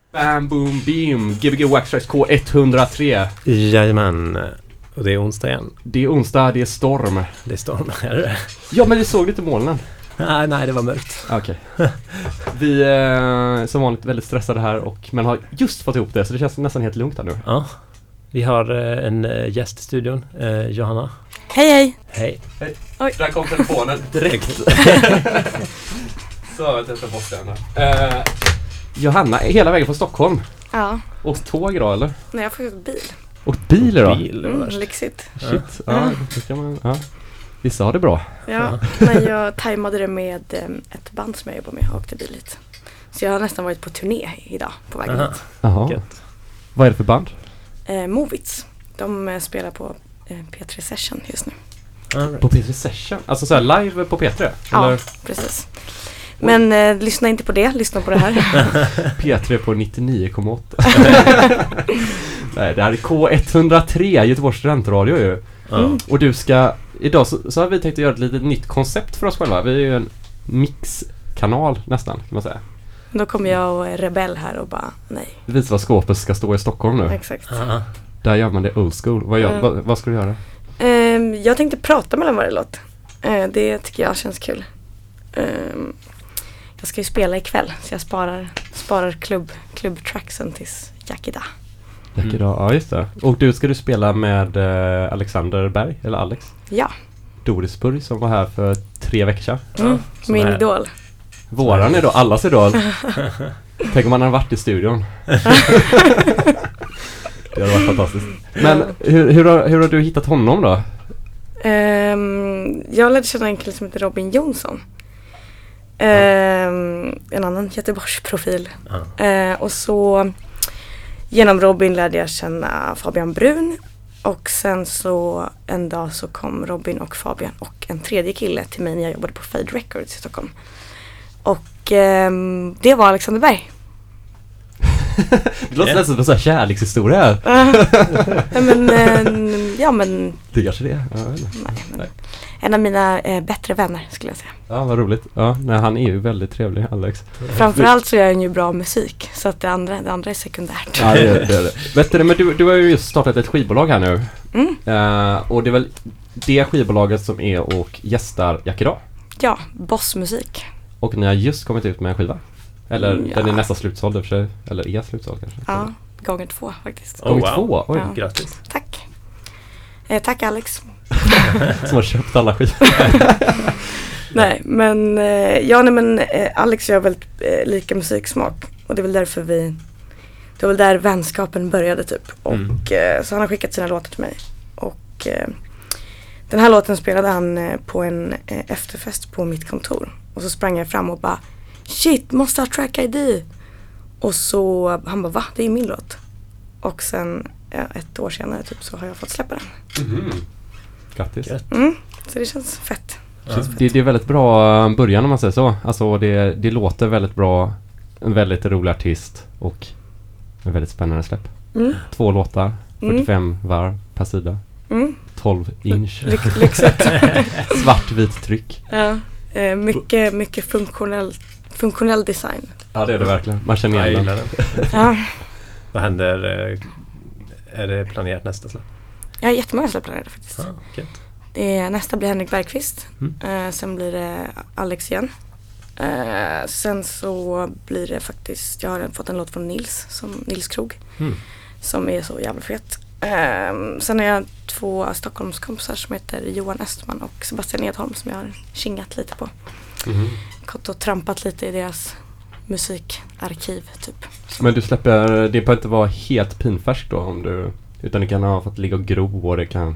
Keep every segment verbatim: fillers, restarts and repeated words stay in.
Bam, boom, beam. G B G Wax Trax K ett noll tre. Jajamän. Och det är onsdag igen. Det är onsdag, det är storm. Det är storm, är det? Ja, men vi såg lite molnen. Nej, nej, det var mörkt. Okej. Okay. Vi är som vanligt väldigt stressade här, och, men har just fått ihop det, så det känns nästan helt lugnt här nu. Ja. Vi har eh, en eh, gäst i studion, eh, Johanna. Hej, hej. Hej. Hej. Oj. Där kom telefonen direkt. Så, jag testar bort den här. Uh, Johanna, hela vägen från Stockholm. Ja. Åkt tåg då, eller? Nej, jag får åka bil. Åkt bil då? Bil, Mm, lyxigt. Shit, ja. Ja, det ska man, ja. Vissa har det bra. Ja, men jag tajmade det med um, ett band som jag jobbar med och åkte bil hit. Så jag har nästan varit på turné idag på vägen Aha. hit. Jaha. Gött. Vad är det för band? Eh, Movits. De eh, spelar på eh, P tre Session just nu. All right. På P tre Session? Alltså så här live på P tre? Ja, Eller precis. Men eh, lyssna inte på det, lyssna på det här. P tre på nittionio komma åtta. Nej, det här är K ett noll tre, Göteborgs studentradio ju. Mm. Och du ska, idag så, så har vi tänkt att göra ett litet nytt koncept för oss själva. Vi är ju en mixkanal nästan, kan man säga. Då kommer jag och är rebell här och bara, nej. Det visar vad skåpet ska stå i Stockholm nu. Exakt. Aha. Där gör man det old school. Vad, gör, Mm. vad, vad ska du göra? Eh, jag tänkte prata mellan varje låt. Eh, det tycker jag känns kul. Eh, jag ska ju spela ikväll, så jag sparar, sparar klubb, klubbtracksen tills Jackida. Mm. Idag, ja, just det. Och du ska du spela med eh, Alexander Berg, eller Alex? Ja. Doris Burg som var här för tre veckor sedan. Mm, som min är- idol. Våran är då allas idol. Tänk om man hade varit i studion. Det hade varit fantastiskt. Men hur, hur, har, hur har du hittat honom då? Um, jag lärde känna en kille som heter Robin Jonsson. Um, en annan Göteborgsprofil. Ja. Uh, och så genom Robin lärde jag känna Fabian Brun. Och sen så en dag så kom Robin och Fabian och en tredje kille till mig när jag jobbade på Fade Records i Stockholm. Och um, det var Alexander Berg. Det låter Yeah. nästan som en sån här kärlekshistoria här. ja, men, eh, ja men, Det kanske det är. Ja, jag vet inte. nej, men Nej. en av mina eh, bättre vänner skulle jag säga. Ja, vad roligt. Ja, nej, han är ju väldigt trevlig, Alex. Framförallt så gör han ju bra musik, så att det andra, det andra är sekundärt. Ja, det är det. det, är det. Vet du, men du, du har ju just startat ett skivbolag här nu. Mm. Uh, och det är väl det skivbolaget som är och gästar Jackida. Ja, bossmusik. Och ni har just kommit ut med en skiva. Eller Mm, ja. den är nästan slutsåld i och för sig. Eller är slutsåld kanske. Ja, gånger två faktiskt. Oh, Gånger wow. två, oj. Ja. Grattis. Tack. Eh, tack Alex. Som har köpt alla skivor. Nej, men, eh, ja, nej, men eh, Alex och jag har väldigt eh, lika musiksmak. Och det är väl därför vi, det var väl där vänskapen började typ. Och Mm. eh, så han har skickat sina låtar till mig. Och eh, den här låten spelade han eh, på en eh, efterfest på mitt kontor. Och så sprang jag fram och bara, shit, måste ha track I D. Och så, han bara, va? Det är min låt. Och sen ja, ett år senare typ så har jag fått släppa den. Mm. Grattis. Gött. Mm, så det känns fett. Ja. Det, det är väldigt bra början om man säger så. Alltså det, det låter väldigt bra. En väldigt rolig artist. Och en väldigt spännande släpp. Mm, Två låtar. Mm. fyrtiofem varv per sida. mm. tolv inch. Lyx, lyxigt. Svartvit tryck. Ja, eh, mycket, mycket funktionell, funktionell design. Ja, det är det verkligen. Man känner Jag igen gillar den. den. Ja, Vad händer? eh, Är det planerat nästa släpp? jag har jättemånga släpp planerade faktiskt. Ah, gött. Det är, nästa blir Henrik Bergqvist. Mm. Eh, sen blir det Alex igen. Eh, sen så blir det faktiskt, jag har fått en låt från Nils, som Nils Krog. Mm. Som är så jävla fet. Eh, sen har jag två Stockholmskompisar som heter Johan Östman och Sebastian Edholm som jag har kingat lite på. Mhm. Gått och trampat lite i deras musikarkiv typ. Men du släpper, det behöver inte vara helt pinfärskt då om du, utan det kan ha fått ligga och gro och det kan.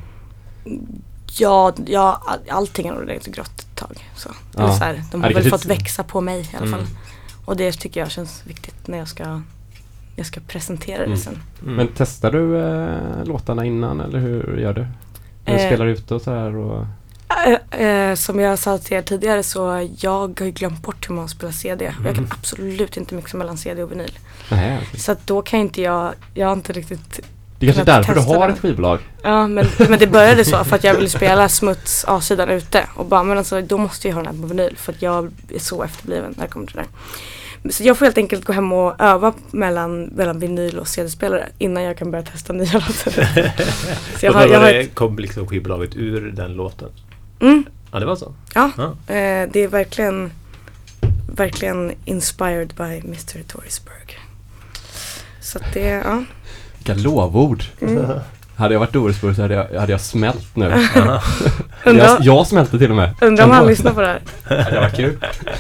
Ja, ja all, allting har nog grått ett tag. Så. Ja. Eller så här, de Ja, har det väl kanske fått inte- växa på mig i alla fall. Mm. Och det tycker jag känns viktigt när jag ska, jag ska presentera det Mm. sen. Mm. Men testar du eh, låtarna innan eller hur gör du? När du Eh. spelar ute och så här och. Äh, äh, som jag sa till er tidigare så jag har ju glömt bort hur man spelar C D. Och jag kan absolut inte mixa mellan C D och vinyl. Nej, okej. Så att då kan inte jag, jag har inte riktigt. Det är kanske är kunnat därför du testa har den. ett skivbolag. Ja, men, men det började så för att jag ville spela smuts A-sidan ute. Och bara, men alltså då måste jag ha den här på vinyl för att jag är så efterbliven när det kommer till det där. Så jag får helt enkelt gå hem och öva mellan, mellan vinyl och C D-spelare innan jag kan börja testa nya låtar. Så jag och har, då jag var har det, ett, kom liksom skivbolaget ur den låten? mm, Ja, det var så? ja, Ja. eh, det är verkligen verkligen inspired by mister Torisberg. Så att det, ja. Vilka lovord. Mm. Hade jag varit Dorisburg så hade jag, hade jag smält nu. Aha. Undra, jag, jag smälte till och med. undra om han lyssnar på det här. Ja, det var kul.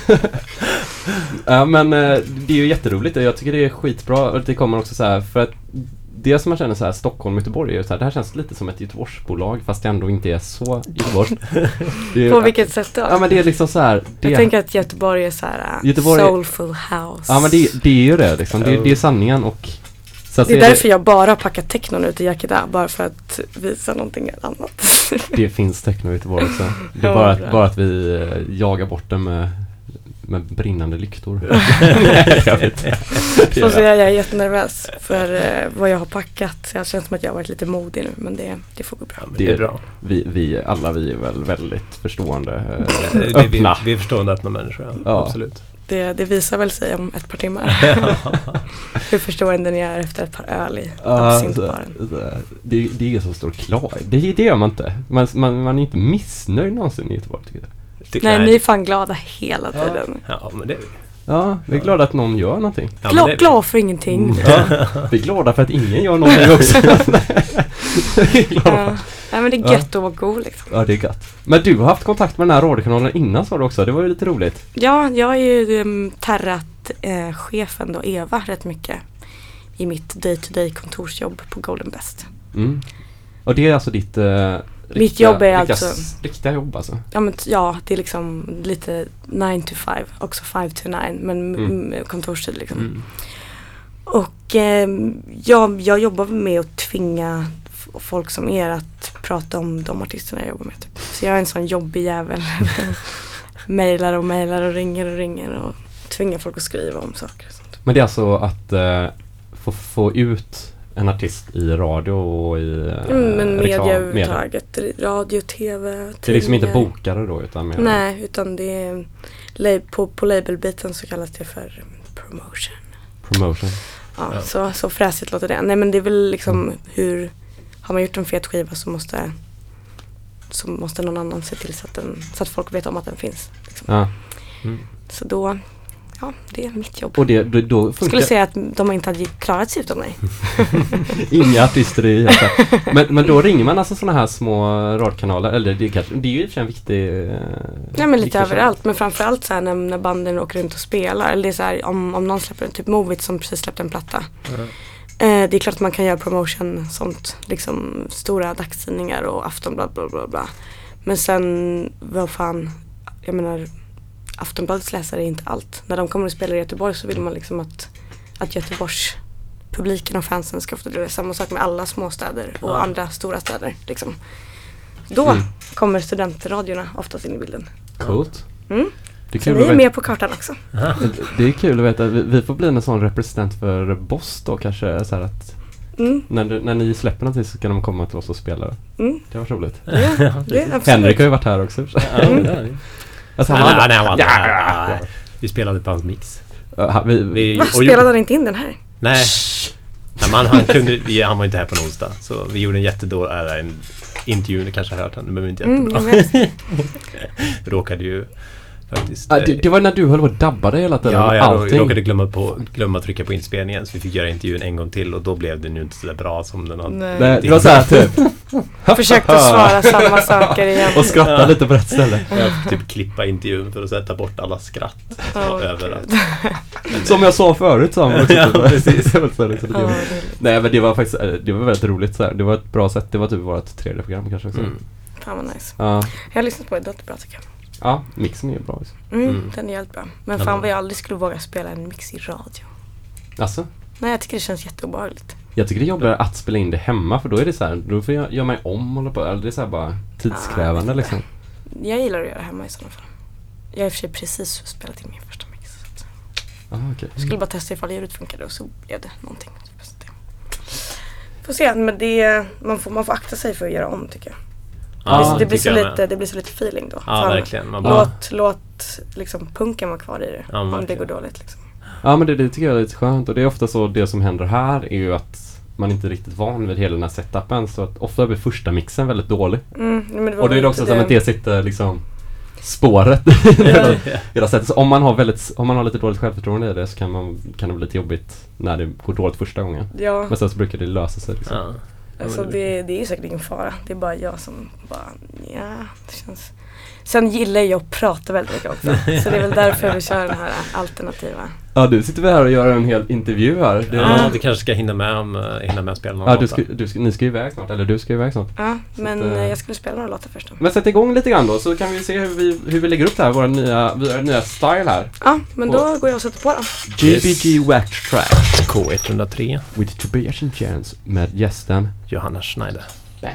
Ja, men eh, det är ju jätteroligt. Jag tycker det är skitbra. Och det kommer också så här, för att det som man känner så här, Stockholm, Göteborg är ju så här, det här känns lite som ett Göteborgsbolag fast det ändå inte är så Göteborg. Det är, På vilket sätt då? Ja, men det är liksom så här. Det, Jag tänker att Göteborg är så här uh, Göteborg är- soulful house. ja, men det, det är ju det liksom. Det, det är sanningen och så att Det är se därför jag bara har packat technon ut i Yakida, bara för att visa någonting annat. det finns techno i Göteborg också. Det är Ja, bara, bra. att, bara att vi eh, jagar bort den med, med brinnande lyktor. Jag vet inte. Så, så jag, jag är jättenervös för eh, vad jag har packat. Jag känns som att jag har varit lite modig nu, men det, det får gå bra. Ja, men det är bra. Vi, vi, alla vi är väl väldigt förstående, eh, Det- det- Vi, öppna. vi är förstående öppna människor, ja. Ja. Absolut. Det, det visar väl sig om ett par timmar. Hur förstående ni är efter ett par öl i Ja, så, absintbaren. så, det, det är ingen som står klar. Det, det gör man inte. Man, man, man är inte missnöjd någonsin i Göteborg, tycker jag. Tycker Nej, jag- ni är fan glada hela tiden. Ja, men det är vi. Ja, vi är glada att någon gör någonting. Ja, men Gla, det är vi. glad för ingenting. Ja, vi är glada för att ingen gör någonting också. Vi är glada. Ja. Nej, men det är Ja. gött att vara god liksom. Ja, det är gött. Men du har haft kontakt med den här radiokanalen innan, sa du också. Det var ju lite roligt. Ja, jag har ju um, terrat eh, chefen då, Eva, rätt mycket i mitt day-to-day kontorsjobb på Golden Best. Mm. Och det är alltså ditt eh, Mitt jobb är riktiga, alltså- riktiga jobb alltså. Ja, men t- ja, det är liksom lite nine to five, också five to nine, men Mm. mm. kontorstid liksom. Mm. Och eh, jag, jag jobbar med att tvinga f- folk som er att prata om de artisterna jag jobbar med. Typ. Så jag är en sån jobbig jävel. Mailar och mailar och ringer och ringer och tvingar folk att skriva om saker och sånt. Men det är alltså att eh, få, få ut en artist i radio och i eh, Mm, men media reklam, överhuvudtaget. Radio, tv, Det är liksom inte tidningar. bokare då, utan mer Nej, utan det är lab- på, på labelbiten så kallas det för promotion. promotion. Ja, Ja. Så, så fräsigt låter det. Nej, men det är väl liksom Mm. hur, har man gjort en fet skiva så måste så måste någon annan se till så att, den, så att folk vet om att den finns. Liksom. Ja. Mm. Så då, ja, det är mitt jobb. Och det, då, då Jag funkar skulle säga att de inte hade klarat sig utan mig. inga artister i alltså. men, men då ringer man alltså såna här små radkanaler, eller det är, kanske, det är ju i och för sig en viktig eh, Ja, men lite viktig sak. överallt. Men framförallt så här när, när banden åker runt och spelar. Eller det är så här, om, om någon släpper en typ Movit som precis släppte en platta. Ja. Eh, det är klart att man kan göra promotion, sånt, liksom stora dagstidningar och Aftonblad, bla bla bla. Men sen, vad fan, jag menar, Aftonbladets läsare är inte allt. När de kommer och spelar i Göteborg så vill man liksom att, att Göteborgs publiken och fansen ska få det. Samma sak med alla småstäder och Ja. andra stora städer, liksom. Då Mm. kommer studentradiorna oftast in i bilden. Coolt. Mm. Det är Så kul ni att är veta. med på kartan också. Det är kul att veta. Vi, vi får bli en sån representant för Boss då kanske, så här att Mm. när, du, när ni släpper någonting så kan de komma till oss och spela. Mm. Det var roligt. Det, det är absolut. Henrik har ju varit här också. Ja, Mm. det är det. Alltså, Nej, han, nej, nej, han var inte Ja, här. ja, ja. Vi spelade på hans mix. Ja, han- vi, Vi, Va, och spelade gjorde- han inte in den här? Nej. Nej, men han, kunde, vi, han var inte här på en onsdag. Så vi gjorde en jättedålig, eller en intervju, ni kanske har hört den, men inte Mm, jättebra. jag vet. Råkade ju faktiskt... Ja, det, det var när du höll på att dabba dig hela tiden. Ja, jag allting. råkade glömma, på, glömma att trycka på inspelningen, så vi fick göra intervjun en gång till och då blev det nu inte så där bra som den hade. Nej. Nej, det var så här typ. Försökte svara samma saker igen. Och skratta lite på rätt ställe. Jag fick typ klippa intervjun för att sätta bort alla skratt Åh, överallt. Gud. Men, Som jag sa förut, sa han också. Ja, precis. Det var så här, så det Ja, var- det är lite- Nej, men det var faktiskt det var väldigt roligt så här. Det var ett bra sätt. Det var typ vårt tredje program kanske också. Mm. Fan vad nice. Ja, Jag har lyssnat på det, det låter bra tycker jag. ja, mixen är ju bra. Liksom. Mm, Mm. Den är jävligt bra. Men Ja, fan men- vad jag aldrig skulle våga spela en mix i radio. Alltså, Nej, jag tycker det känns jätteobehagligt. jag tycker det är jobbigare att spela in det hemma, för då är det så här, då får jag göra mig om och hålla på. Eller det är så här bara tidskrävande Ah, liksom. Jag gillar att göra hemma i sådana fall. Jag har i och för sig precis spelat in min första mix. Så att Ah, okej. jag skulle bara testa ifall ljudet funkade och så blev det någonting. Så det- Får se, men det, man, får, man får akta sig för att göra om tycker jag. Ja, det, blir så tycker jag lite, med. det blir så lite feeling då. Ja, Fan, verkligen. Man bara, Låt, låt liksom punken vara kvar i det. Ja, om det verkligen. går dåligt liksom. Ja, men det, det tycker jag är lite skönt. Och det är ofta så, det som händer här är ju att man inte är riktigt van vid hela den här setupen. Så att ofta blir första mixen väldigt dålig. Mm, men det var Och då är det också lite som att det sitter liksom spåret. Ja. Hela sättet. Så om man har väldigt, om man har lite dåligt självförtroende i det, så kan, man, kan det bli lite jobbigt när det går dåligt första gången. Ja, Men sen så brukar det lösa sig liksom. Ja. alltså det, det är ju säkert ingen fara. Det är bara jag som bara, ja, det känns... Sen gillar jag att prata väldigt mycket också. Så det är väl därför vi kör den här alternativa. Ja, du sitter vi här och gör en hel intervju här. Det, Ja, du kanske ska hinna med om uh, hinna med att spela någon ja, låt du då. ska, du ska, ni ska iväg snart, eller du ska iväg snart. Ja, men att, eh, eh, jag skulle spela några låtar först då. Men sätt igång lite grann då, så kan vi se hur vi, hur vi lägger upp det här, våra nya, våra nya style här. Ja, men då går jag och sätter på då. G B G Wax Track K ett noll tre with Tobias and Jens med gästen Johanna Schneider. Bam.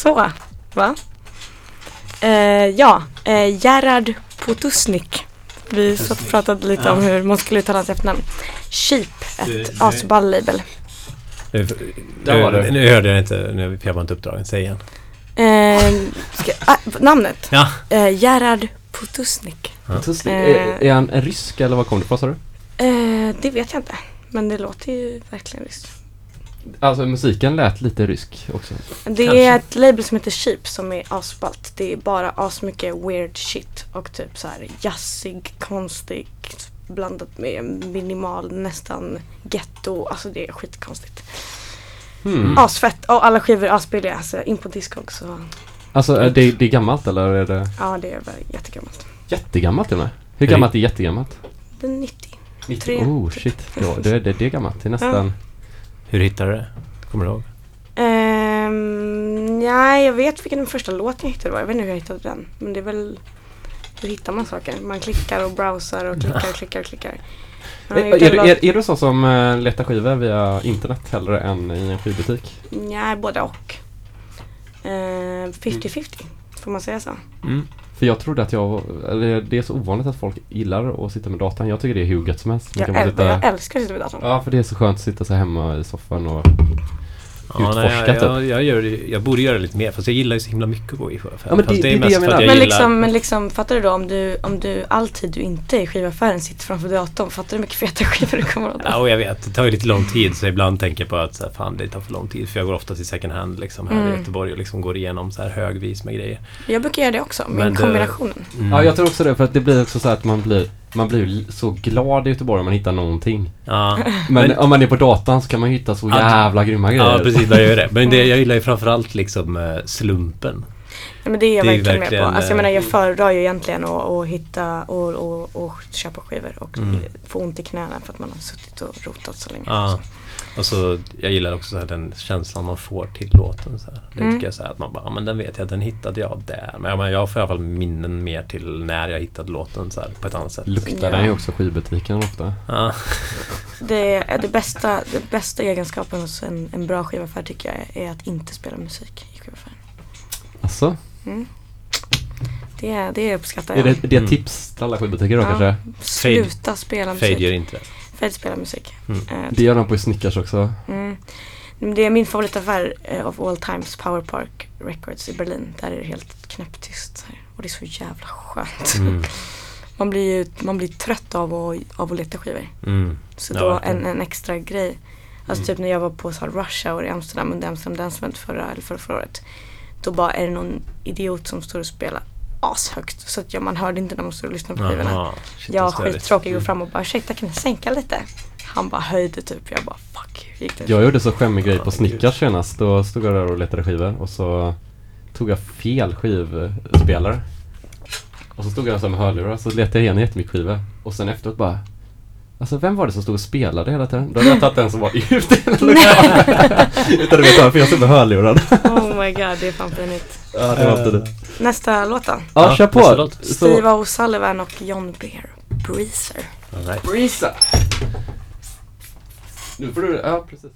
Så, va? Eh, ja, eh, Gerard Potusnik. Vi satt och pratade lite om hur man skulle uttala hans efternamn. Cheap, ett asball label. Nu, Där var det. nu hörde jag inte, nu jag var inte uppdragen, säg igen. Eh, ska, ah, namnet? Ja. Eh, Gerard Potusnik. Potusnik. Eh. Är, är han en rysk eller vad kom det på, sa du? Eh, det vet jag inte. Men det låter ju verkligen ryskt. Alltså musiken lät lite rysk också. Det Kanske. är ett label som heter Cheap som är asballt. Det är bara asmycket weird shit och typ så här jazzig, konstig blandat med minimal, nästan ghetto. Alltså det är skitkonstigt. Hmm. Asfett och alla skivor är asbilliga. Så in på Discog så Alltså är det, det är gammalt eller är det ja, det är väl jättegammalt. jättegammalt till och med? Hur Hur- gammalt är jättegammalt? Det är nittio. nittio. Tre. Oh shit, ja, det, det, det är gammalt. Det är nästan... Hur hittade du det? Kommer du ihåg? Um, ja, jag vet vilken den första låten jag hittade var. Jag vet inte hur jag hittade den. Men det är väl... Hur hittar man saker? Man klickar och browsar och klickar och klickar och klickar. Man har Är, gjort är, en är, låt- är du så som uh, letar skivor via internet hellre än i en skivbutik? Nej, både och. Uh, fifty fifty, får man säga så? Mm. För jag trodde att jag... Eller det är så ovanligt att folk gillar att sitta med datorn. Jag tycker det är hur gött som helst. Man Jag, kan bara äl- sitta, jag älskar att sitta vid datorn. ja, för det är så skönt att sitta så hemma i soffan och... Ja, nej, Utforska, jag, typ. jag, jag, gör, det- jag borde göra lite mer, fast jag gillar ju så himla mycket att gå i skivaffären. Ja, men Fast det- det är det mest jag för menar. att jag Men gillar- liksom, men liksom, fattar du då om du, om du alltid du inte är i skivaffären sitter framför datorn, fattar du hur mycket feta skivor du kommer åt? Ja, och jag vet, det tar ju lite lång tid, så ibland tänker jag på att så här, fan, det tar för lång tid, för jag går ofta till second hand liksom, här Mm. i Göteborg och liksom går igenom så här högvis med grejer. Jag brukar göra det också, Men med det- kombinationen. Mm. Ja, jag tror också det. För att det blir också så att man blir... Man blir ju så glad i Göteborg om man hittar någonting. Ja, Men, Men- om man är på datan så kan man ju hitta så Ja, jävla grymma grejer. ja precis, jag gör det. Men det, jag gillar ju framförallt liksom eh, slumpen. Ja, men det är jag Det är ju verkligen, verkligen, med på. Alltså jag eh, menar, jag föredrar ju egentligen att, att hitta och, och, och köpa skivor och Mm. få ont i knäna för att man har suttit och rotat så länge. Ja. Så. Och så, jag gillar också så här, den känslan man får till låten. Så här. Det Mm. tycker jag så här, att man bara, ja men den vet jag, den hittade jag där. Men jag, men jag får i alla fall minnen mer till när jag hittade låten så här, på ett annat sätt. Luktar Ja. den ju också skivbutiken ofta. Ja. Det är det bästa, det bästa egenskapen hos en, en bra skivaffär tycker jag är att inte spela musik i skivaffären. Alltså, Mm. Det, är- det uppskattar är jag. det, det är Mm. tips till alla skivbutiker då Ja. kanske? Sluta spela Fade musik. gör inte det. Fade spelar musik. Mm. Eh, Det gör de på Snickers också. Mm. Men det är min favoritaffär eh, of all times, Power Park Records i Berlin. Där är det helt knäpptyst. så här. Och det är så jävla skönt. Mm. Man blir ju man blir trött av att, av att leta skivor. Mm. Så Ja, då verkligen. en, en extra grej. Alltså Mm. typ när jag var på så här Rush Hour i Amsterdam under Amsterdam Dance Event förra, eller förra, förra året. Då bara är det någon idiot som står och spelar ashögt. Så att ja, man hörde inte när man stod och lyssnade på skivorna. Jaha, shit, Jag var vad störigt. skittråkig och går fram och bara ursäkta, kan ni sänka lite? Han bara höjde typ. Jag bara fuck, hur gick det? Jag gjorde så skämmig grej Ja, på Snickers senast. Då stod jag där och letade skivor och så tog jag fel skivspelare. Och så stod jag så med hörlurar så letade jag igenom jättemycket skivor. Och sen efteråt bara... Alltså vem var det som stod och spelade hela tiden? Då hade jag tagit den som var ute i hela lokalen. Utan du vet varför jag stod med hörlurar. Oh my god, det är fan pinigt. Ja, det var inte det. Nästa låt då. Ja, Ja, kör nästa på. låt. Så, Steve O'Sullivan och John Bear. Breezer. All right. Brisa. Nu får du... Ja, precis.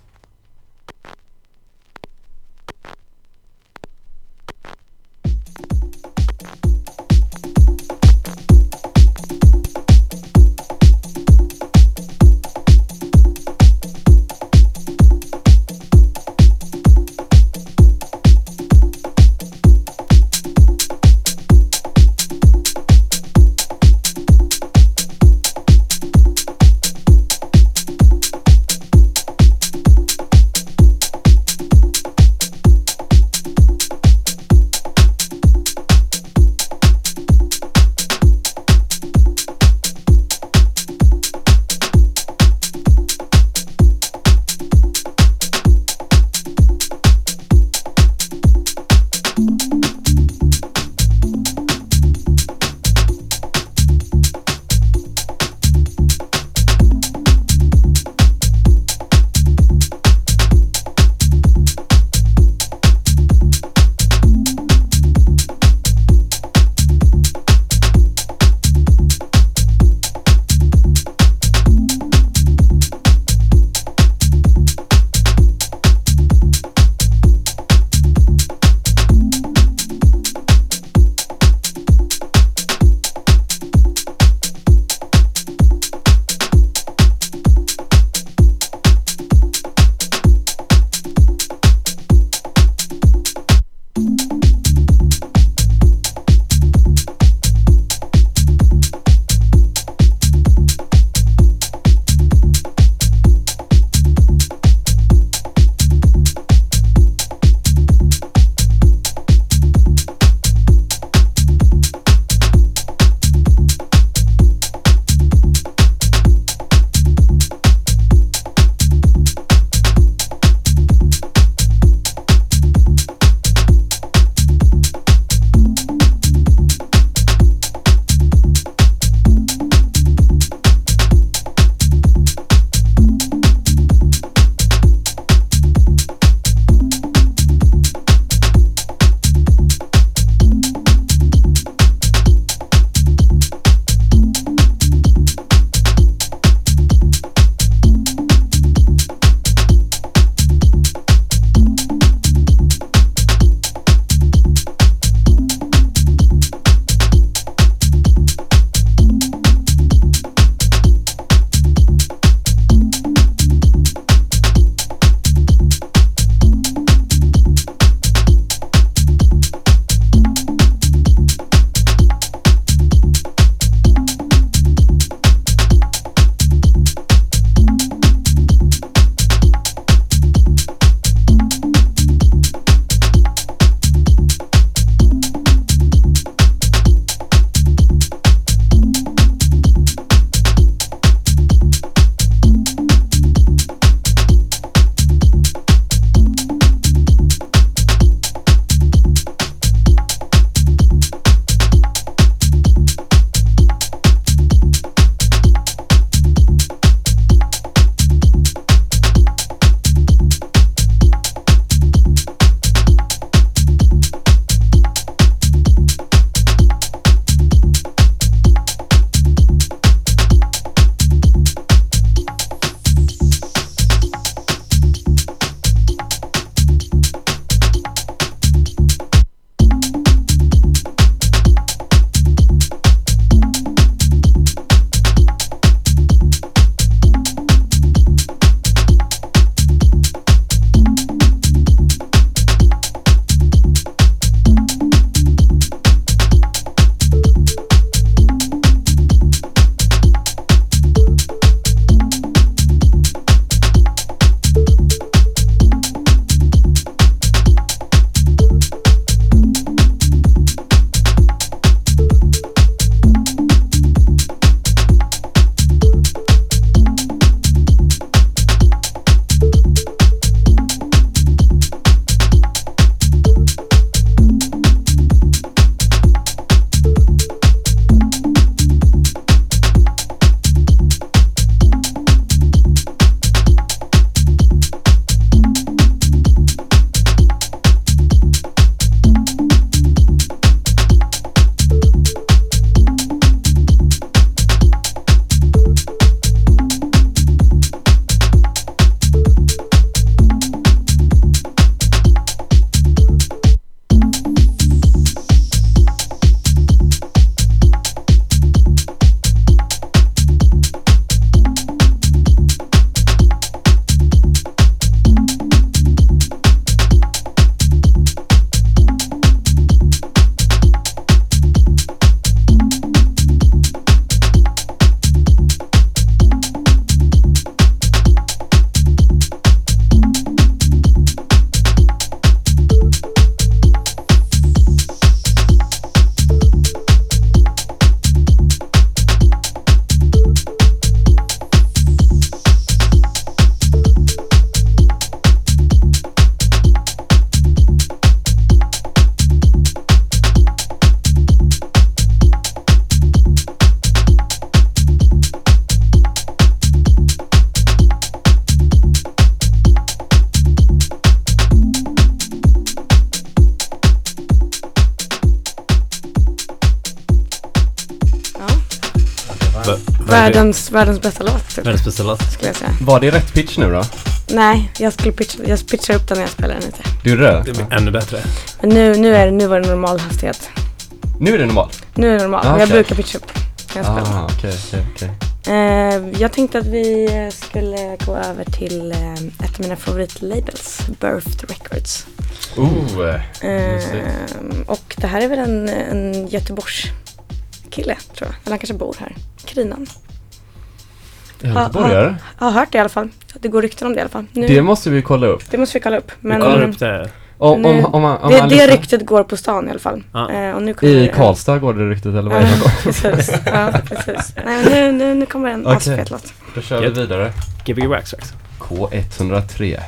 världens, världens bästa låt typ, Världens bästa låt. skulle jag säga. Var det rätt pitch nu då? Nej, jag skulle pitcha, jag pitchar upp den när jag spelar den inte. Du gjorde det? Det blir ännu bättre. Men nu, nu, är, det- nu var det normal hastighet. Nu är det normalt? Nu är det normal, Ah, men jag okej. brukar pitcha upp när jag spelar. Ah, okej, okej, okej. Eh, jag tänkte att vi skulle gå över till eh, ett av mina favoritlabels, Birthed Records. Oh, Eh, mysigt. och det här är väl en, en Göteborgs kille, tror jag. Eller han kanske bor här. Krinan. Göteborgare? Jag har hört det i alla fall. Det går rykten om det i alla fall. Nu, Det måste vi kolla upp. det måste vi kolla upp. Vi Men kollar upp det. Om, Nu- om, om man, om det, man det lyssnar- ryktet går på stan i alla fall. Ja. Eh, och nu kommer I en- Karlstad går det riktigt, eller vad är Ja, det? precis. Ja, precis. Nej, men nu, nu, nu kommer en Okej. asfet låt. Då kör vi Japp. vidare. Gbg Waxtrax. K ett noll tre.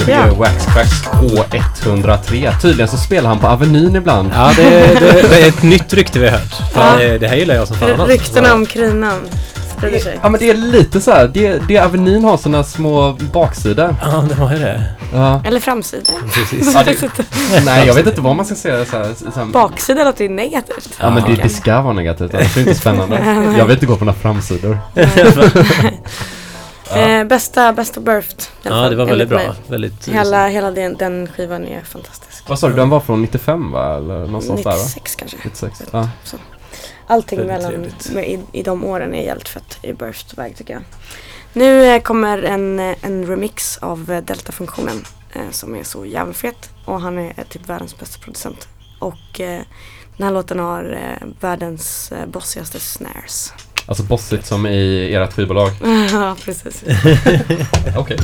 Det är Wax Cracks H etthundratre. Tydligen så spelar han på Avenyn ibland. Ja, det, det, det är ett nytt rykte vi har hört. För det, det här gillar jag som fan. R- ryktena om krinan sprider sig. Ja, men det är lite så här. Det, det Avenyn har såna små baksidor. Ja, det har ju det. Ja. Eller framsidor. Precis. Ja, det, nej, jag vet inte vad man ska säga. Så här, så här. Baksida låter ju negativt. Ja, men det, det ska vara negativt. Annars är det inte spännande. Jag vill inte gå på några framsidor. Eh, bästa, bästa Birthed. i alla Ja, fall, det var väldigt enligt bra. mig. Väldigt, Hela, hela den, den skivan är fantastisk. Vad sa du? Den var från nittiofem, va? Eller någonstans där, va? nittiosex kanske. nittiosex. Ja. Så. Allting Väldigt mellan, trevligt. med, i, i de åren är helt fett i Birthed-väg tycker jag. Nu eh, kommer en, eh, en remix av eh, Delta-funktionen eh, som är så jävla fet. Och han är eh, typ världens bästa producent. Och eh, den här låten har eh, världens eh, bossigaste snares. Alltså bossigt som i ert skivbolag. Ja, precis. Okej.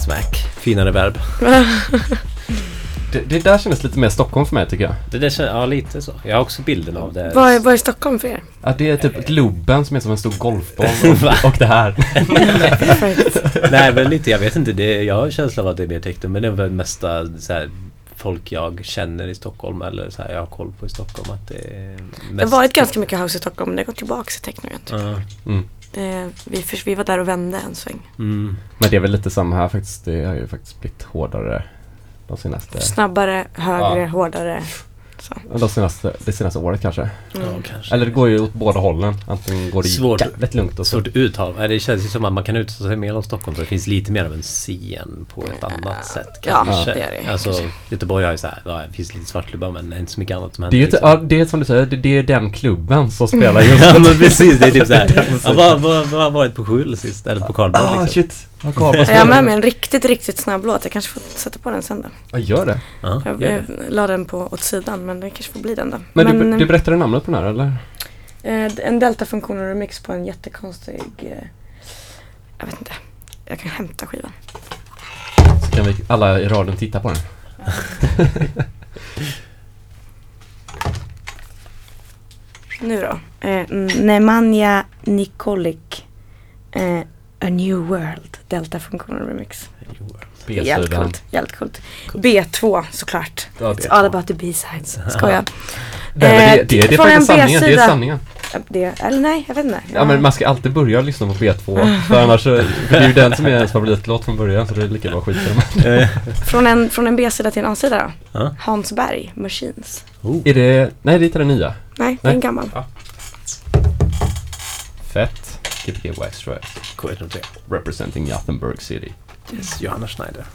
Smack. Finare verb. Det, det där kändes lite mer Stockholm för mig tycker jag. Det där känns, ja, lite så. Jag har också bilden av det. Vad är, vad är Stockholm för er? Ja, det är typ Globen som är som en stor golfboll och, och det här. Nej, men lite, jag vet inte. Det, jag har känsla av att det är mer techno, men det är väl mesta så här, folk jag känner i Stockholm eller så här, jag har koll på i Stockholm att det är mest... Det har varit ganska mycket house i Stockholm, men det har gått tillbaka till techno igen. Typ. Uh. Mm. Det, vi, för, vi var där och vände en sväng. Mm. Men det är väl lite samma här faktiskt. Det har ju faktiskt blivit hårdare de senaste... Snabbare, högre, Ja. hårdare. Så. De senaste, det senaste året kanske. Mm. Ja, kanske. Eller det går ju åt båda hållen. Antingen går det Svårt. jävligt lugnt och så. Svårt uttal. Nej, det känns ju som att man kan uttala sig mer om Stockholm, för det finns lite mer av en scen på ett annat sätt Ja, kanske. det är det. Alltså, Göteborg har ju så här, ja, det finns lite svartklubbar men inte så mycket annat som Det är händer. ju inte, liksom. ja, det är som du säger, det, det är den klubben som spelar just Ja, men precis, det är typ såhär. Ja, vad vad- vad har varit på Skjul sist? Eller på Karlberg Ah, liksom. shit. Ja, Jag har med mig en riktigt, riktigt snabb låt. Jag kanske får sätta på den sen då. Ja, gör det. Ja, Jag, gör jag det. la den på åt sidan, men det kanske får bli den då. Men, du, du berättade namnet på den här, eller? eh, en Delta-funktion och remix på en jättekonstig... Eh, jag vet inte. Jag kan hämta skivan. Så kan vi alla i radion titta på den. Nu då. Eh, Nemanja Nikolic. Eh, A New World. Delta-funktion remix. Jävligt B-sidan. coolt. Jävligt coolt. B två såklart. Ja, It's B två. all about the B-sides. Skojar. Nej, men det, det, det är Från faktiskt en sanningen. Det är B-sida. sanningen. Det, eller nej, jag vet inte. Ja, men man ska alltid börja lyssna på B två. För annars så, för det är ju den som är ens favoritlåt från början. Så det är lika bra skit för dem. Från en, från en B-sida till en A-sida då. Ja. Hans Berg, Machines. Oh. Är det... Nej, det är inte den nya. Nej, det är en Nej. gammal. Fett. Gbg Wax Stripes. K ett noll tre. Representing Gothenburg City. Yes, Johanna Schneider.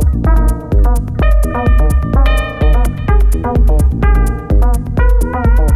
Thank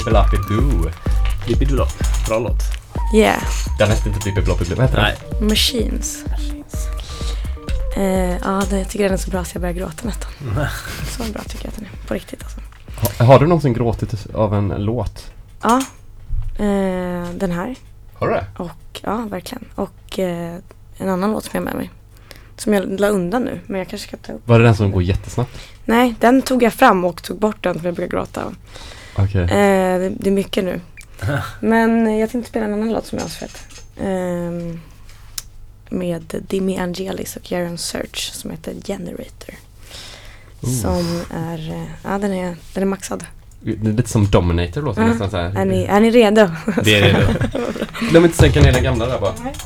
Bibbidi-Boppidi-Doo. Bibbidi-Boppidi-Doo. Bra låt. Yeah. Den hette inte Bibbidi-Boppidi-Doo. Vad heter Nej. den? Machines. Eh, ja, det, jag tycker den är så bra så jag börjar gråta nästan. Så bra tycker jag att den är. På riktigt alltså. Ha, har du någonsin gråtit av en låt? Ja. Eh, den här. Har du det? Och, ja, verkligen. Och eh, en annan låt som jag har med mig. Som jag la undan nu. Men jag kanske ska ta upp. Var det den som går jättesnabbt? Nej, den tog jag fram och tog bort den för jag började gråta. Okej. Eh, det, det är mycket nu. Men jag tänkte spela en annan låt som jag har så fett. Eh, med Dimi Angelis och Jaron Search som heter Generator. Ooh. Som är, eh, ja den är, den är maxad. Det är lite som Dominator låter Ja. nästan så här. Är ni, är ni redo? Det är det då. Glöm inte sänka ner den gamla där bara. Nej.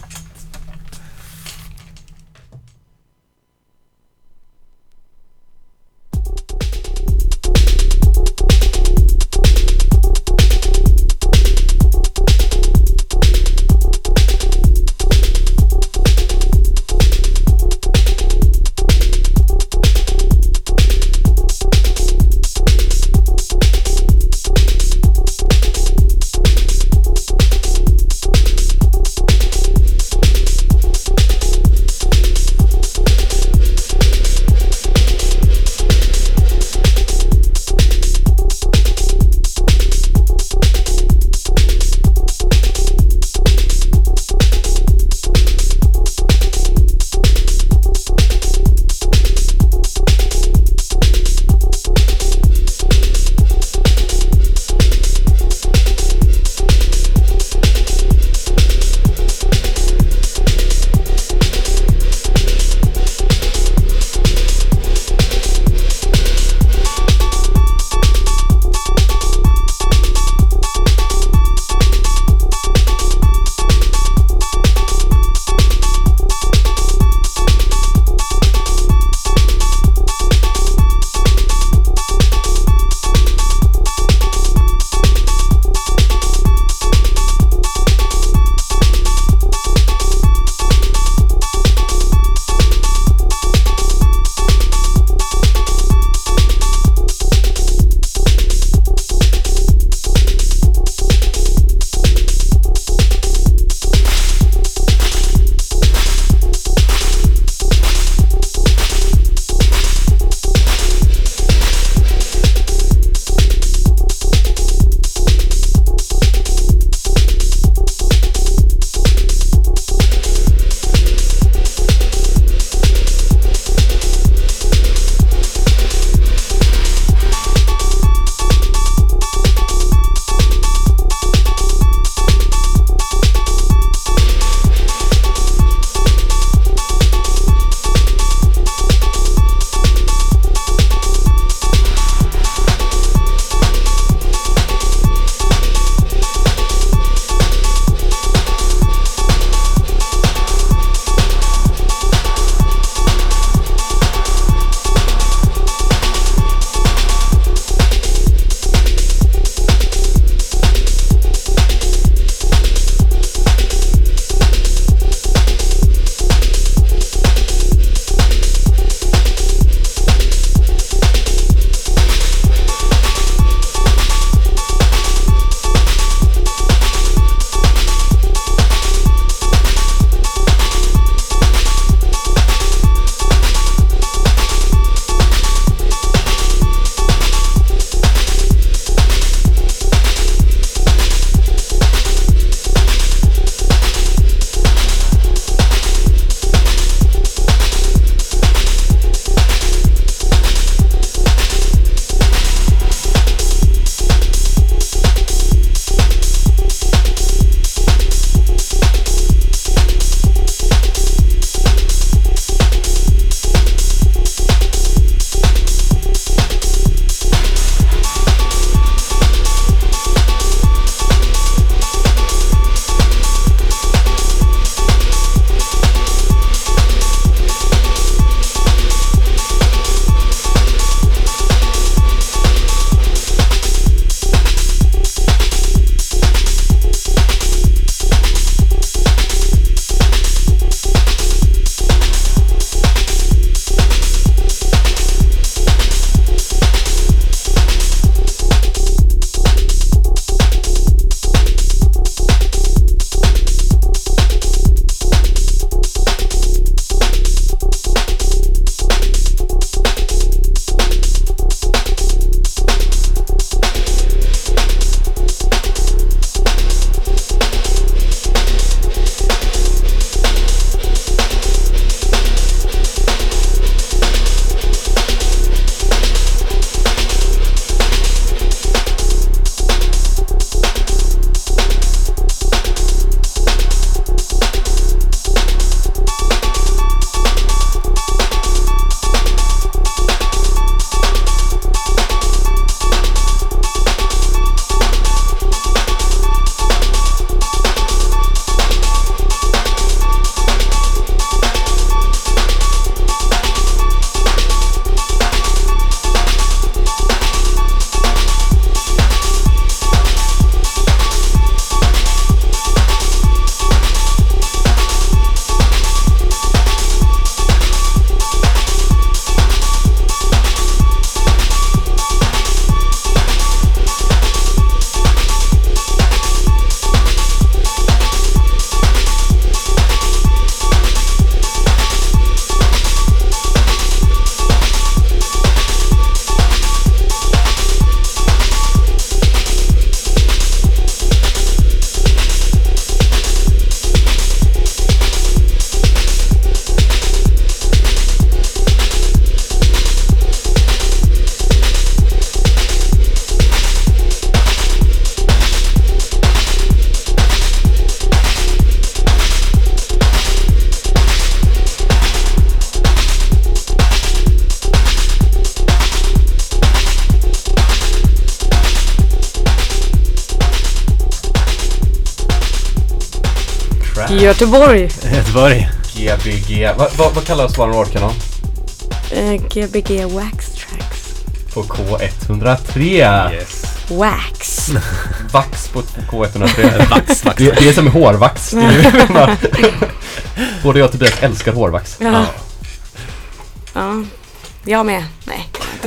Göteborg. Göteborg. G B G. Vad va, vad kallas vår ordkanal? Uh, G B G Wax Tracks. På K ett noll tre. Yes. Wax. Vax på K ett noll tre. Vax, vax. Det, det är som hårvax. Det är både jag och Tobias älskar hårvax. Ja. Ja. Ja. Jag med. Nej.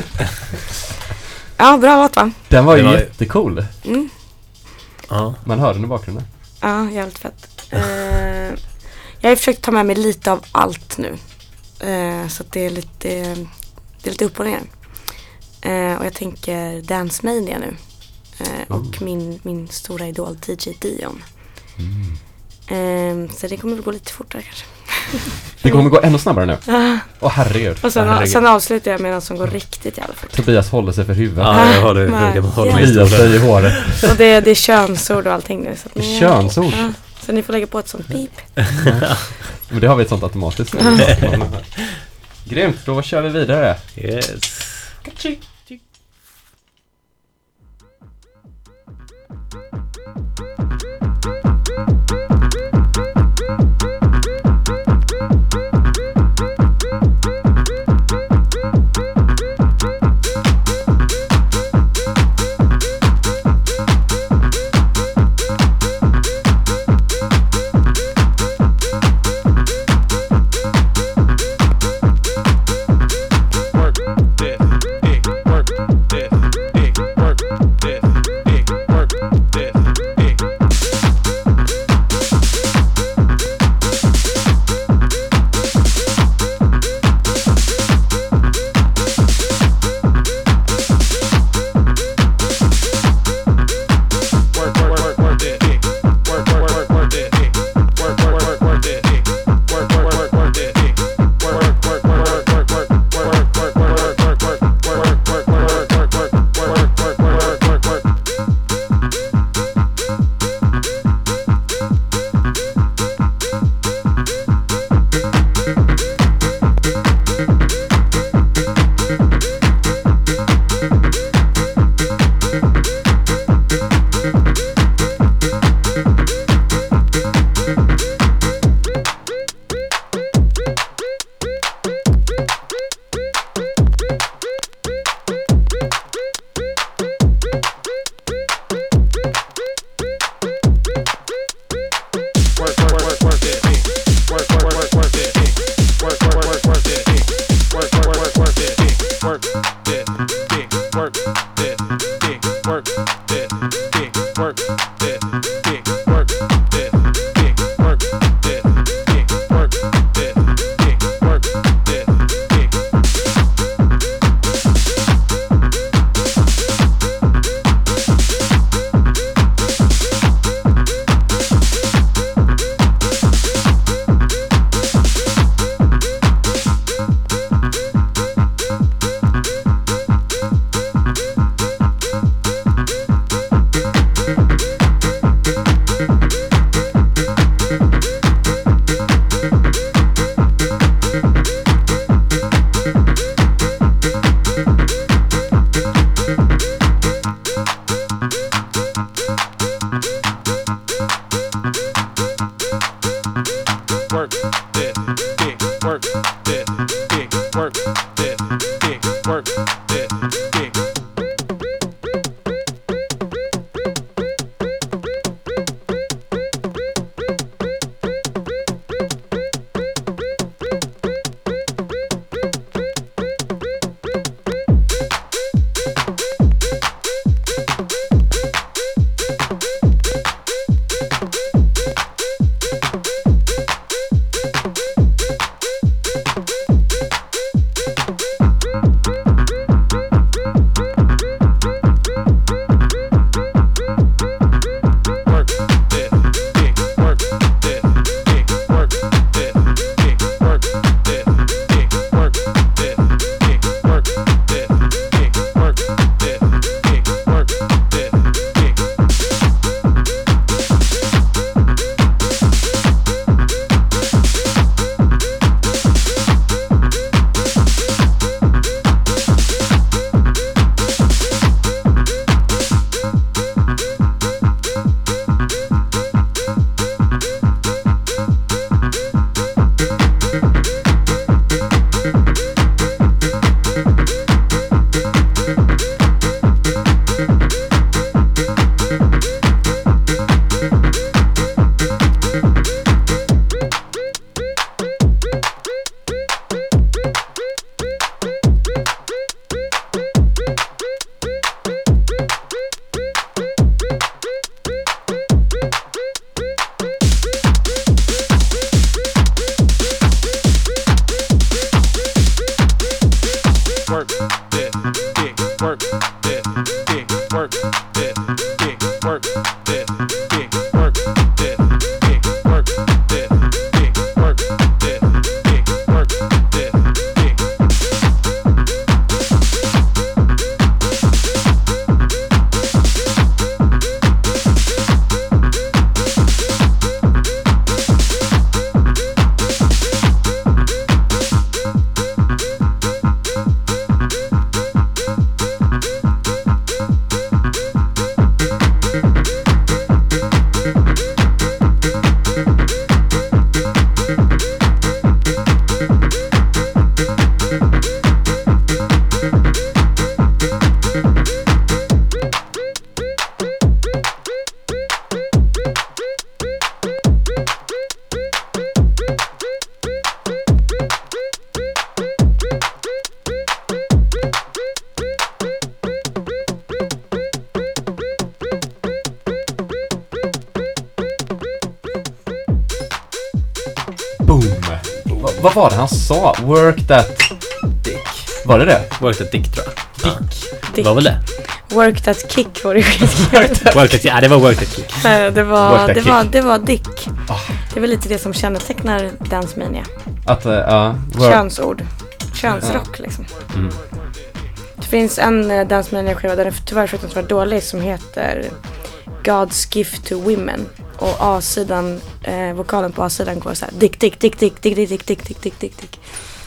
Ja, bra låt va? Den var ju Det var- jättecool. Mm. Ja. Man hörde den i bakgrunden. Ja, jävligt fett. Uh, jag har försökt ta med mig lite av allt nu. Uh, så att det är lite, det är lite upp och ner. Uh, och jag tänker Dance Mania nu. Uh, och min, min stora idol D J Dion. Uh, så det kommer väl gå lite fortare kanske. Det kommer gå ännu snabbare nu. Uh, Åh herregud. och sen, herregud. sen avslutar jag med något som går riktigt jävla fort. Tobias håller sig för huvudet. Ja, jag håller, Nej. jag håller med Kliar i sig i håret. Och det, det är könsord och allting nu. Så att ni, Könsord? Ja, så ni får lägga på ett sånt pip. Men det har vi ett sånt automatiskt. Grymt, då kör vi vidare. Yes. this, kick, work this, kick, work this, kick, work this, kick, work this, kick, work this, kick, work this, kick. Boom! Va, vad var det han sa? Work that dick. Var det det? Work that dick, tror jag. Dick. Det var väl det? Work that kick var det skitkul. Work that, ja, det var work that kick. Nej, det var, Work that det kick. var, det var dick. Ah. Det är väl lite det som kännetecknar Dance Mania. Att, uh, ja. work- Könsord. Könsrock liksom. Mm. Det finns en uh, Dance Mania-skiva, den är tyvärr fruktansvärt dålig, som heter God's Gift to Women. Och A-sidan, eh, vokalen på A-sidan går så här: dick, dick, dick, dick, dick, dick, dick, dick, dick, dick, dick, dick.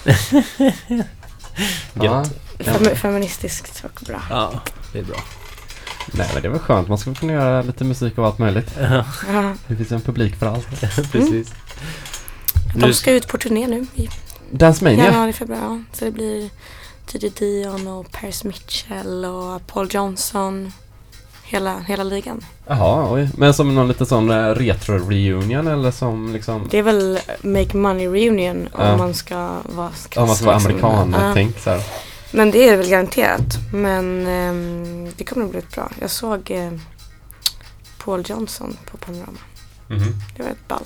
Ja. Fem, feministiskt och bra. Ja, det är bra. Nej, men det var skönt. Man ska kunna göra lite musik av allt möjligt. Ja, Ja. Det finns en publik för allt. precis. De ska ut på turné nu i Dance Mania. januari, februari. Så det blir T J Dion och Paris Mitchell och Paul Johnson. Hela, hela ligan. Jaha, oj. Men som någon lite sån uh, retro-reunion eller som liksom... Det är väl Make Money Reunion om Ja. man ska vara... Om man ska vara liksom. amerikan, Ja. jag tänkt så här. Men det är väl garanterat. Men ehm, det kommer att bli bra. Jag såg eh, Paul Johnson på Panorama. Mhm. Det var ett ball.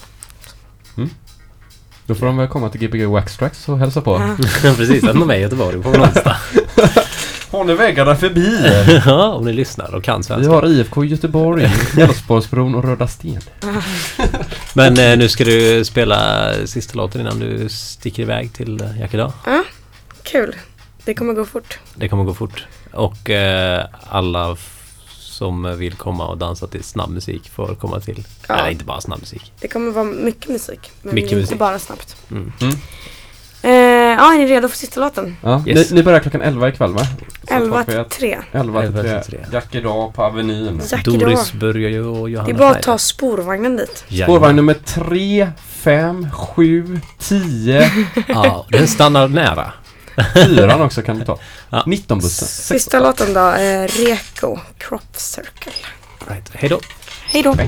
Då får de väl komma till G B G Waxtrax och hälsa på. Ja. Precis, att de är i Göteborg på onsdag. Har ni vägarna förbi? Ja, om ni lyssnar och kan Vi svenska. har I F K Göteborg, Älvsborgsbron och Röda Sten. Men eh, nu ska du spela sista låten innan du sticker iväg till eh, Jackedal. Ja, kul. Det kommer gå fort. Det kommer gå fort. Och eh, alla f- som vill komma och dansa till snabb musik får komma till. Ja. Eller inte bara snabb musik. Det kommer vara mycket musik. Men Mycket inte musik. bara snabbt. Mm. Mm. Eh, ja, är ni redo för sista låten? Ja, Yes. ni, ni börjar klockan elva ikväll, va? Så elva folk till vet. tre. elva till elva tre. till tre. Jackedal på Avenyn. Jack idag. Doris börjar ju och Johanna Det är bara att Schneider. ta spårvagnen dit. Spårvagn nummer tre, fem, sju, tio. Ja, den stannar nära. Fyran också kan du ta. Ja. nitton bussen. Sista låten då är Reko, Crop Circle. Right. Hej då. Hej då.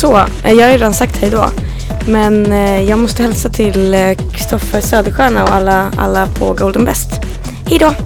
så. Eh, Jag har redan sagt hej då. Men eh, jag måste hälsa till Kristoffer Söderstjärna och alla, alla på Golden Best. Hej då!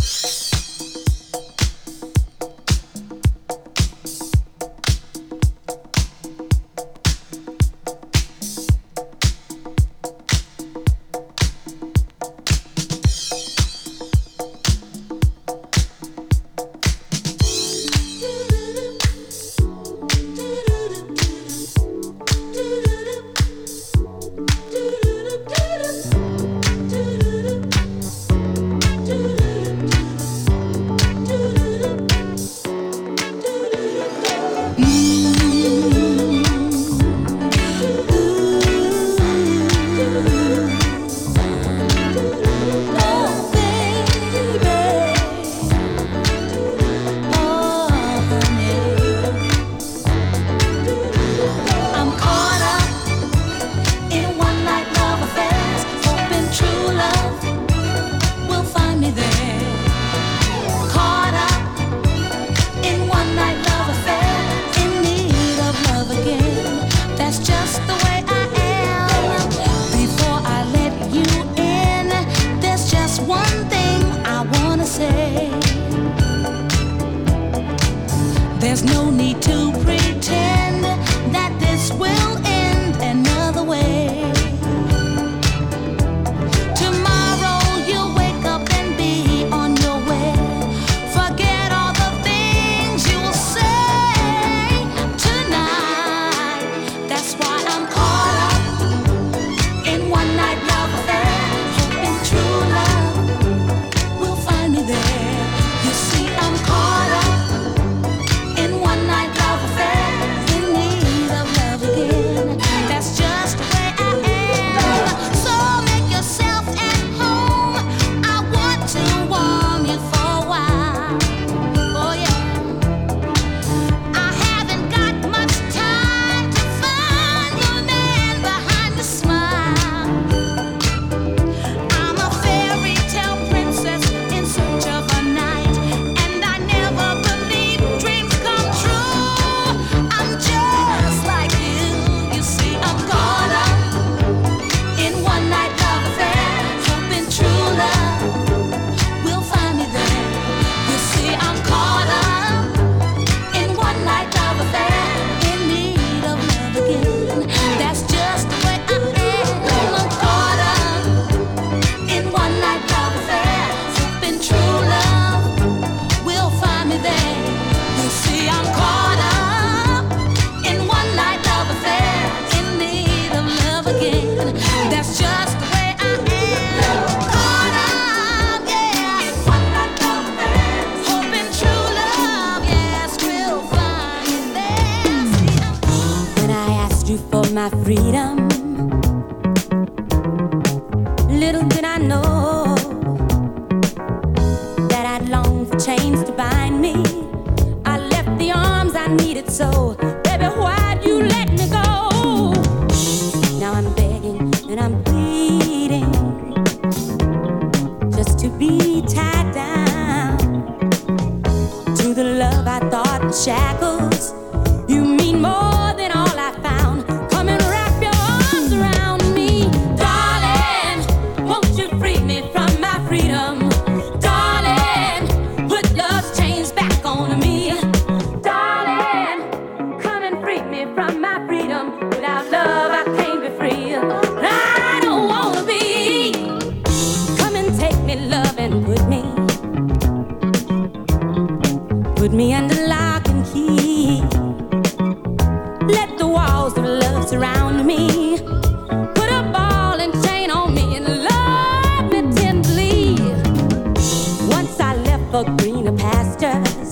There's no need to pretend that this will end another way. Tomorrow you'll wake up and be on your way. Forget all the things you will say tonight. That's why I'm caught up in one night love affair, hoping true love will find me there. You see, I'm caught up in one night love affair, in need of love again. That's just the way I am. So make yourself at home. I want to warm you for a while. Oh yeah. I haven't got much time to find the man behind the smile. I'm a fairy tale princess in search of a knight, and I never believe dreams come true. I'm just like you. You see, I'm caught up in one night love affair, hoping true love will find me there. You see, I'm caught up in one night love affair, in need of love again. That's just the way I am. I'm caught up in one night love affair, hoping true love will find me there. You see, I'm caught up in one night love affair, in need of love again. That's just the way I am. Caught up, yeah, in one night love affair, hoping true love, yes, will find me there. See, I'm When I asked you for my freedom, little did I know that I'd long for chains to bind me. I left the arms I needed so. Baby, why'd you let me go? Now I'm begging and I'm pleading just to be tied down to the love I thought was shackles. You mean more than all I found. Come and wrap your arms around me, darling. Won't you free me from my freedom, darling? Put love's chains back on me, darling. Come and free me from my freedom. Without love, I can't be free. I don't wanna be. Come and take me, love, and put me, put me under lock and key. Let the walls of love surround me. Put a ball and chain on me and love me tenderly. Once I left for greener pastures,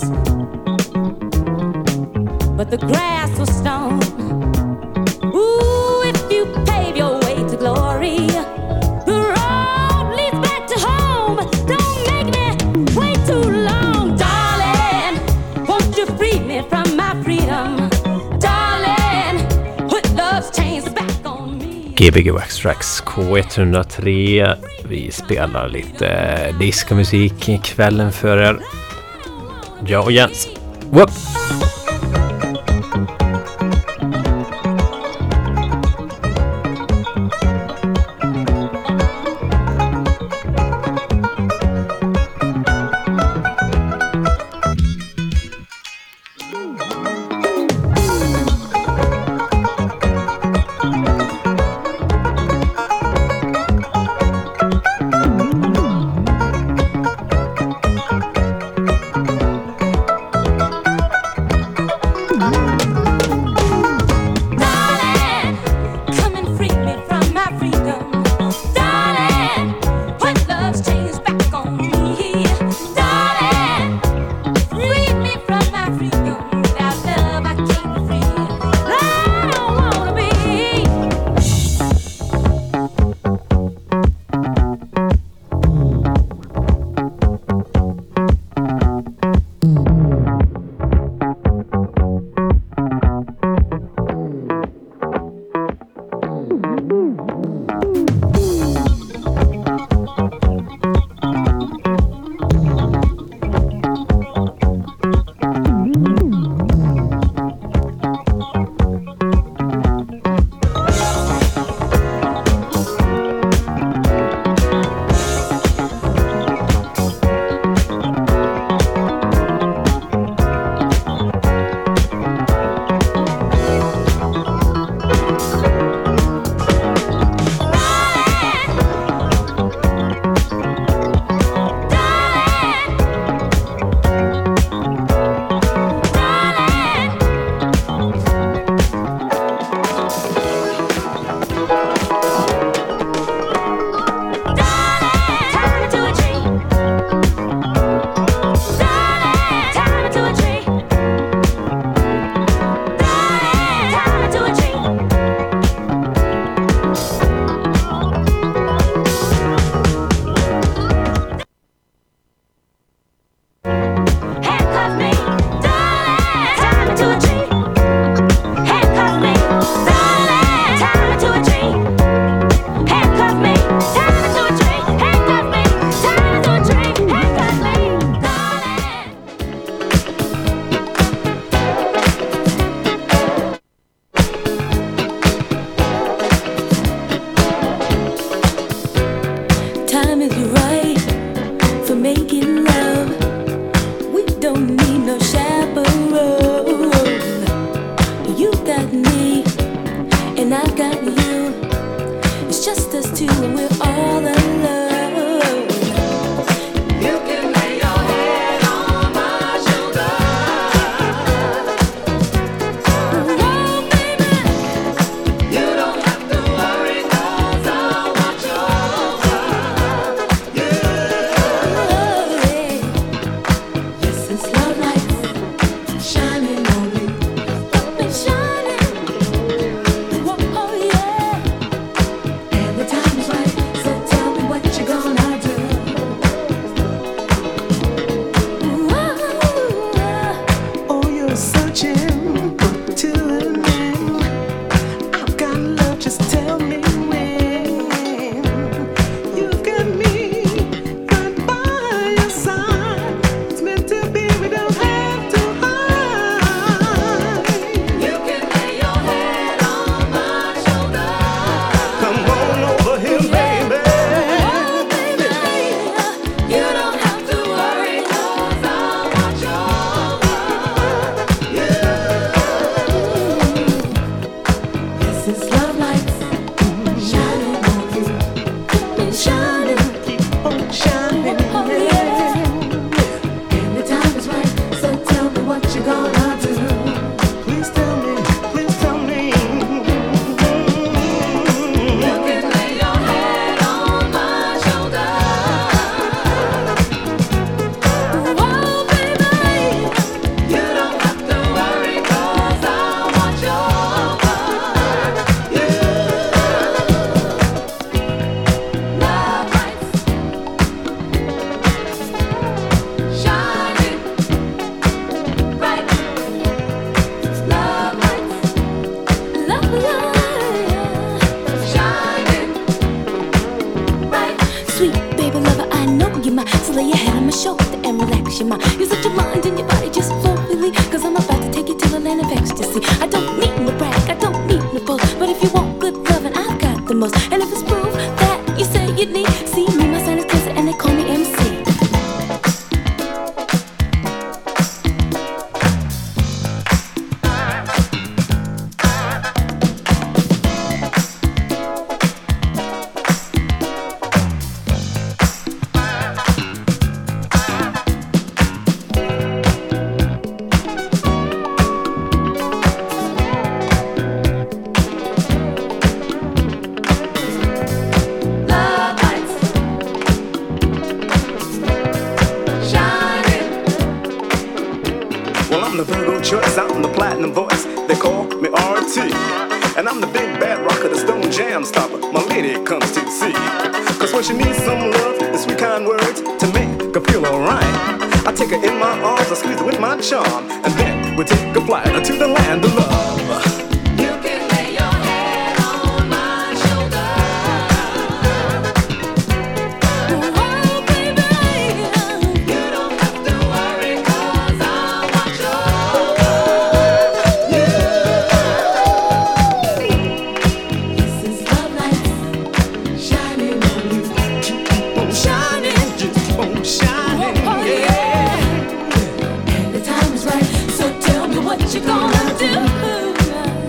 but the grass was stone. Ooh, if you pave your way to glory, the road leads back to home. Don't make me wait too long, darling. Won't you free me from my freedom, darling? Put love's chains back on me. G B G Wax Tracks K ett noll tre. Vi spelar lite diskomusik kvällen för er. Jag och Jens. Whoop! you're right for making love. We don't need no chaperone. You got me and I got you. It's just us two and we're all alone. You can lay your head on my shoulder. Oh baby, you don't have to worry 'cause I'll watch over you. Yes, it's love lights shining on you. Up and shining. Whoa, oh yeah. And the time is right, so tell me what you're gonna do. Oh, you're searching for two men. I've got love, just tell me when. You've got me right by your side. It's meant to be, we don't have to hide. You can lay your head on my shoulder. Come on over here, baby. Oh baby, you don't have to worry 'cause I'll watch over you. This is love lights shining on you. Been shining, Keep on shining. oh yeah. And the time is right, so tell me what you're gonna do. Please tell me, please tell me. You can lay your head on my shoulder. Oh baby, you don't have to worry 'cause I'll watch over you. Love lights shining bright. Love lights, love lights shining bright. Sweet baby lover, I know you're mine. So lay your head on my shoulder and relax your mind. You set your mind and your body just flow freely. 'Cause I'm about to take you to the land of ecstasy. I don't need no brag, I don't need no boast. But if you want good loving, I've got the most. And if it's proof that you say you need, see me, my sign is closer and they call me M C. Love lights shining. Well, I'm the Virgo choice, I'm the platinum voice. They call me R T. And I'm the big bad rocker, the stone jam stopper. My lady comes to see. 'Cause when she needs some love and sweet kind words to make her feel alright, I take her in my arms, I squeeze her with my charm, and then we take a flight to the land of love. You can lay your head on my shoulder. Oh baby, you don't have to worry 'cause I'll watch over you. This is love lights shining on you. Keep on shining, just keep on shining. Oh yeah. And the time is right, so tell me what you're gonna do.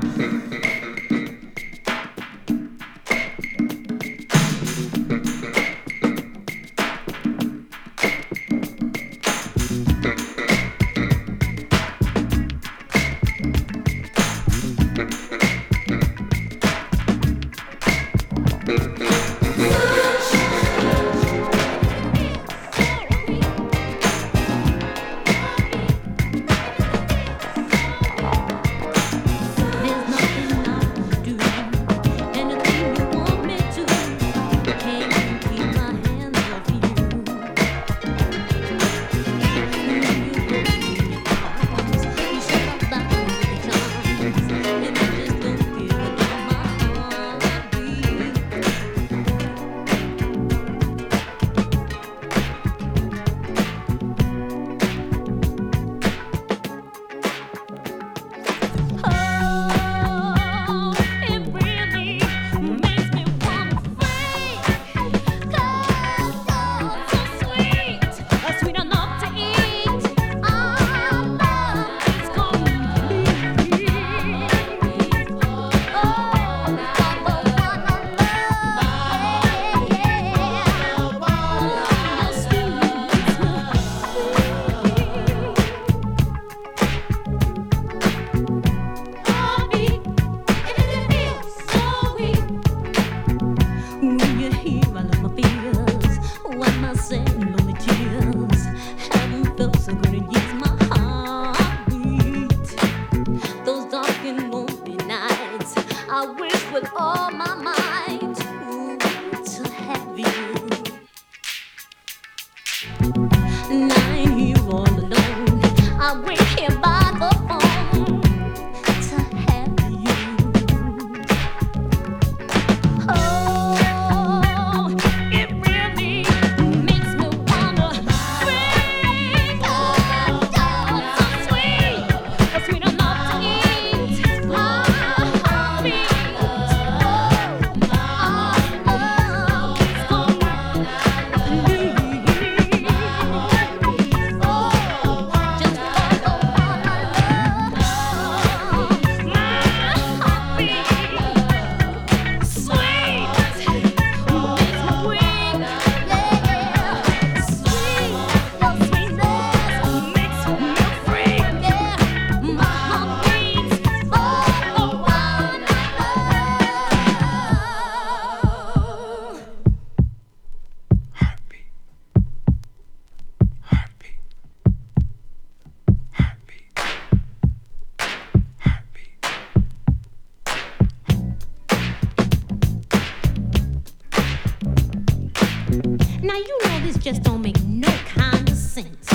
Now you know this just don't make no kind of sense.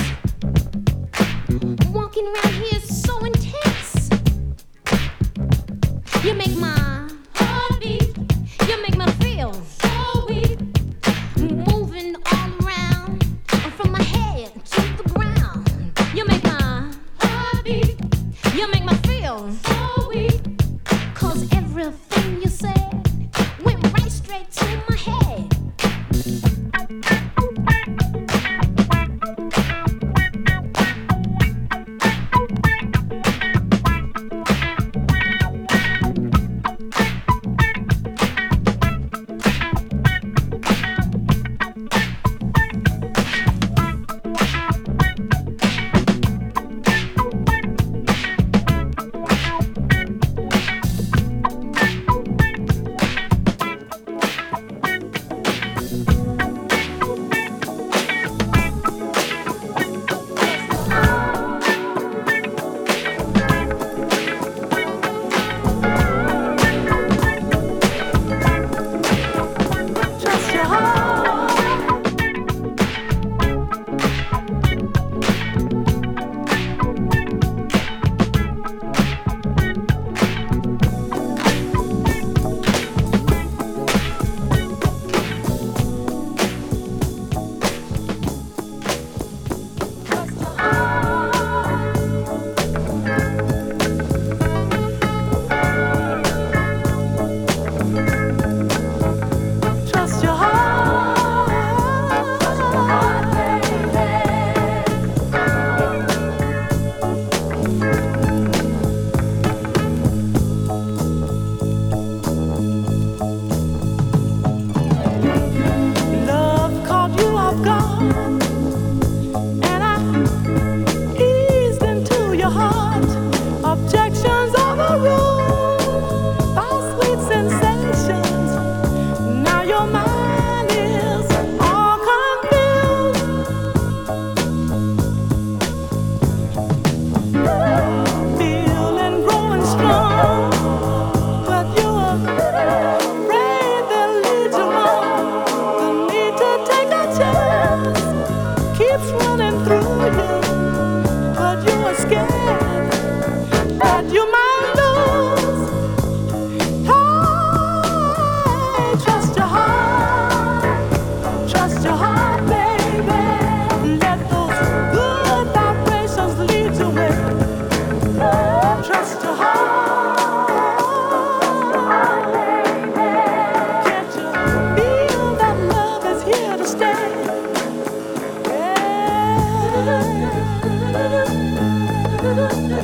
Walking around here is so intense. You make my heart beat. You make me feel so weak. Moving all around from my head to the ground. You make my heart beat. You make me feel so weak. Cause everything you said went right straight to my head.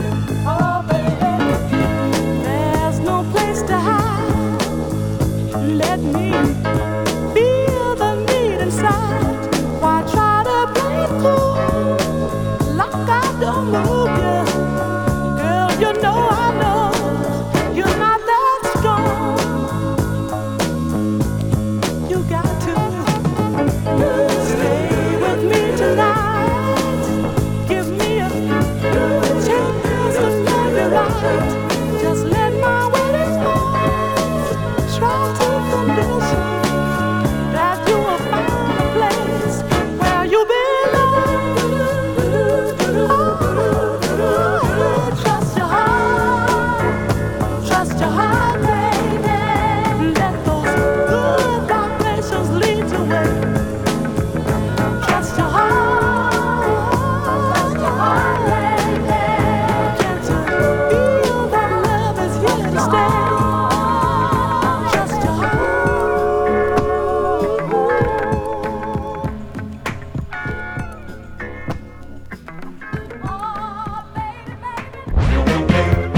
Oh, baby, there's no place to hide. Let me feel the need inside. Why try to play it cool? Like I don't move you. Girl, you know I know you're not that strong. You got to stay with me tonight. Give me a chance to love you right. Just let my wedding eyes try to convince you that you will find a place where you belong. Oh, trust your heart, trust your heart, baby. Let those good vibrations lead the way. Trust your heart, trust your heart, baby. Can't you feel that love is here to stay? Trust your heart. Oh, baby, baby.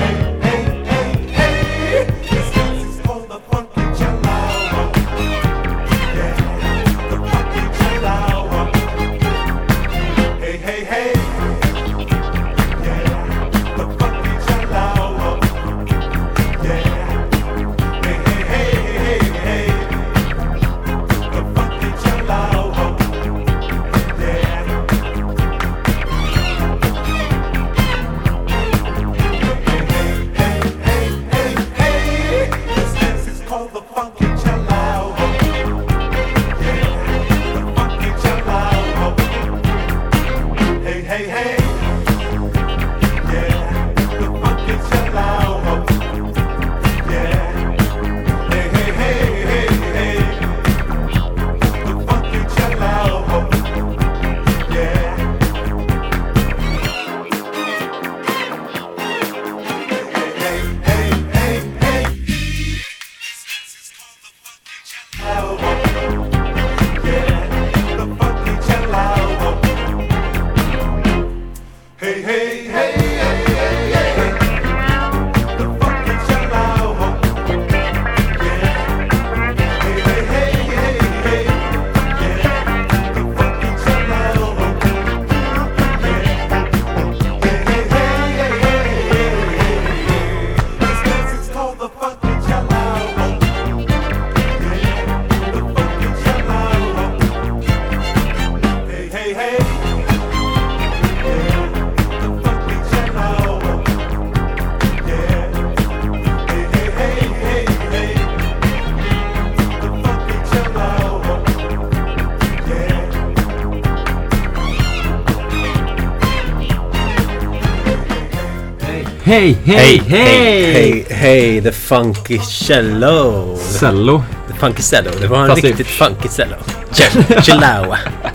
Hej, hej, hej! Hej, hej, the funky cello. Cello. The funky cello. Det var en Fast det- riktigt funky cello. Cel- Cello.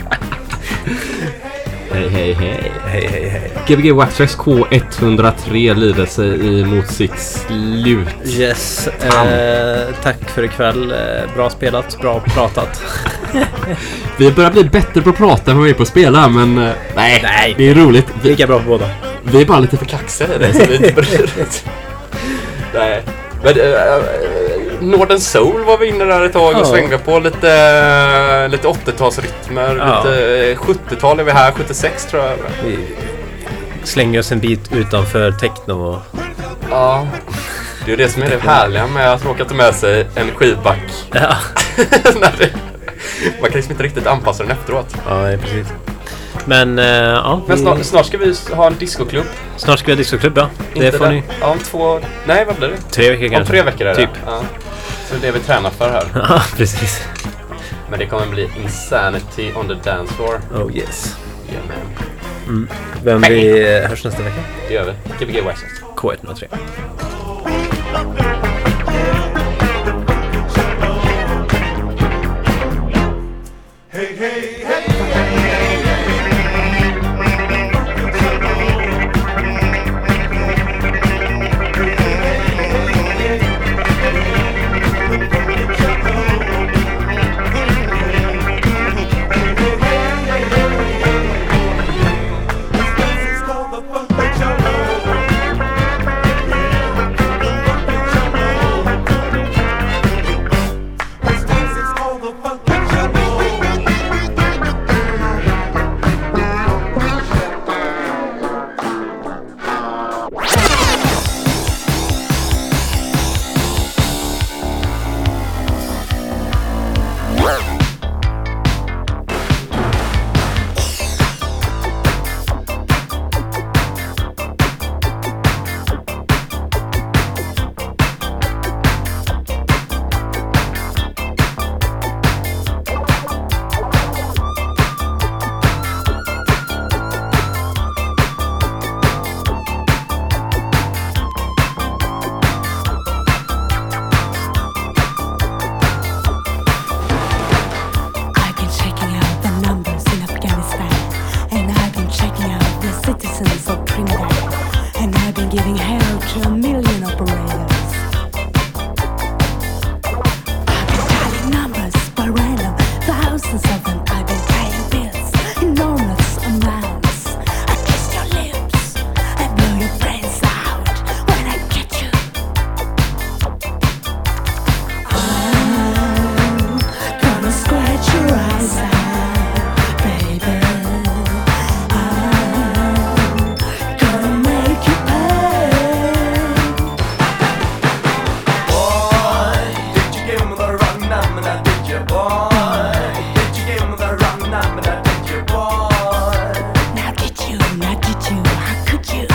Hej, hej, hej. Hej, hej, hej. G B G Waxtrax K etthundratre lider sig emot sitt slut. Yes, eh, tack för ikväll. Eh, bra spelat, bra pratat. Vi börjar bli bättre på att prata än vad vi är på att spela, men eh, nej, Nej. det är roligt. Vi, Lika bra på båda. vi är bara lite för kaxiga i det, så vi inte bryr oss. Nej. Men äh, Northern Soul var vi inne där ett tag och Ja. svängde på lite, lite åttiotalsrytmer, Ja. lite sjuttiotal är vi här, sjuttiosex tror jag. Vi slänger oss en bit utanför techno. Ja, det är ju det som är det härliga med att råka ta med sig en skivback. Ja, När det, man kan liksom inte riktigt anpassa den efteråt. ja precis. Men eh, ja, Men vi- snart, snart ska vi ha en discoklubb. snart ska vi ha discoklubb, ja. Det Inte får den- ni. Ja, om två... Nej, vad blir det? Tre veckor Om kanske. tre veckor är det. Typ. Ja. Så det är det vi tränar för här. Ja, precis. Men det kommer bli insanity on the dance floor. Oh yes. Yeah, man. Vem vi eh, hörs nästa vecka? Det gör vi. G B G Waxtrax. K etthundratre. It's called the funky cello. giving hell to a million operators. I've been dialing numbers by random, thousands of them. I've been paying bills, enormous amounts. I kiss your lips and blow your brains out when I get you. I'm gonna scratch your eyes out, baby. I'm gonna make you pay. Boy, did you give me the wrong number? Now did you, boy? Did you give me the wrong number? Now did you, boy? Now did you, now did you, how could you?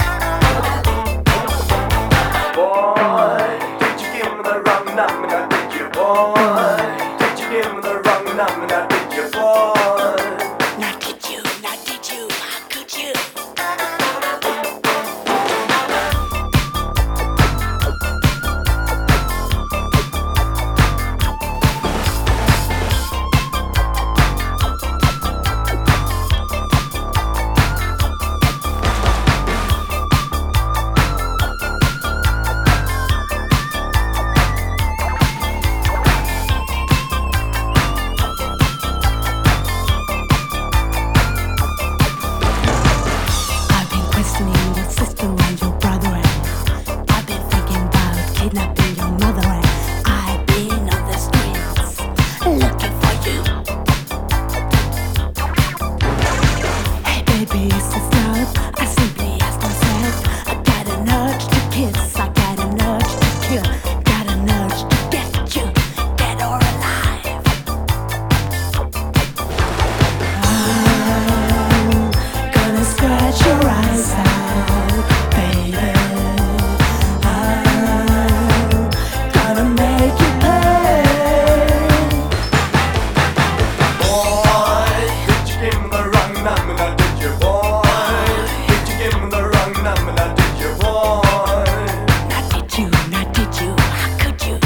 Boy, did you give me the wrong number? Now did you, boy? Did you give me the wrong number? Now did you, boy? Now did you, now did you, how could you? I've been questioning your sister and your brother, and I've been thinking about kidnapping your mother, and I've been on the streets looking for you. Hey baby, is this love? I simply ask myself. I got an urge to kiss, I got an urge to kill, got an urge to get you, dead or alive. I'm gonna scratch your eyes out, baby. I'm gonna make you pay. Boy, did you give me the wrong number? Now did you, boy? Did you give me the wrong number? Now did you, boy? Now did you, now did you, how could you?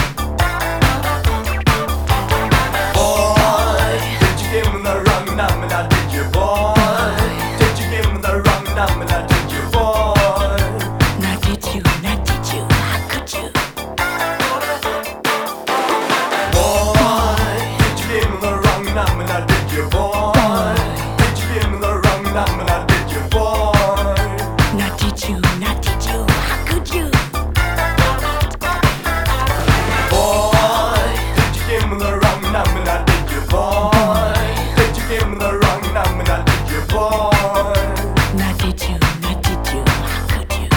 Boy, did you give me the wrong number? Now did you, boy? Did you give me the wrong number? Now did you, boy? Now did you, now did you, how could you? Boy, did you give me the wrong number? Now did you, boy? Did you give me the wrong number? Now did you, boy? Now did you, now did you, how could you? Boy, did you give me the wrong number? Now did you, boy? Did you give me the wrong number? Now did you, boy? Now did you, now did you, how could you?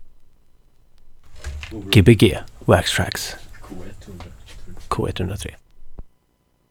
Gbg Wax Tracks K one hundra tre.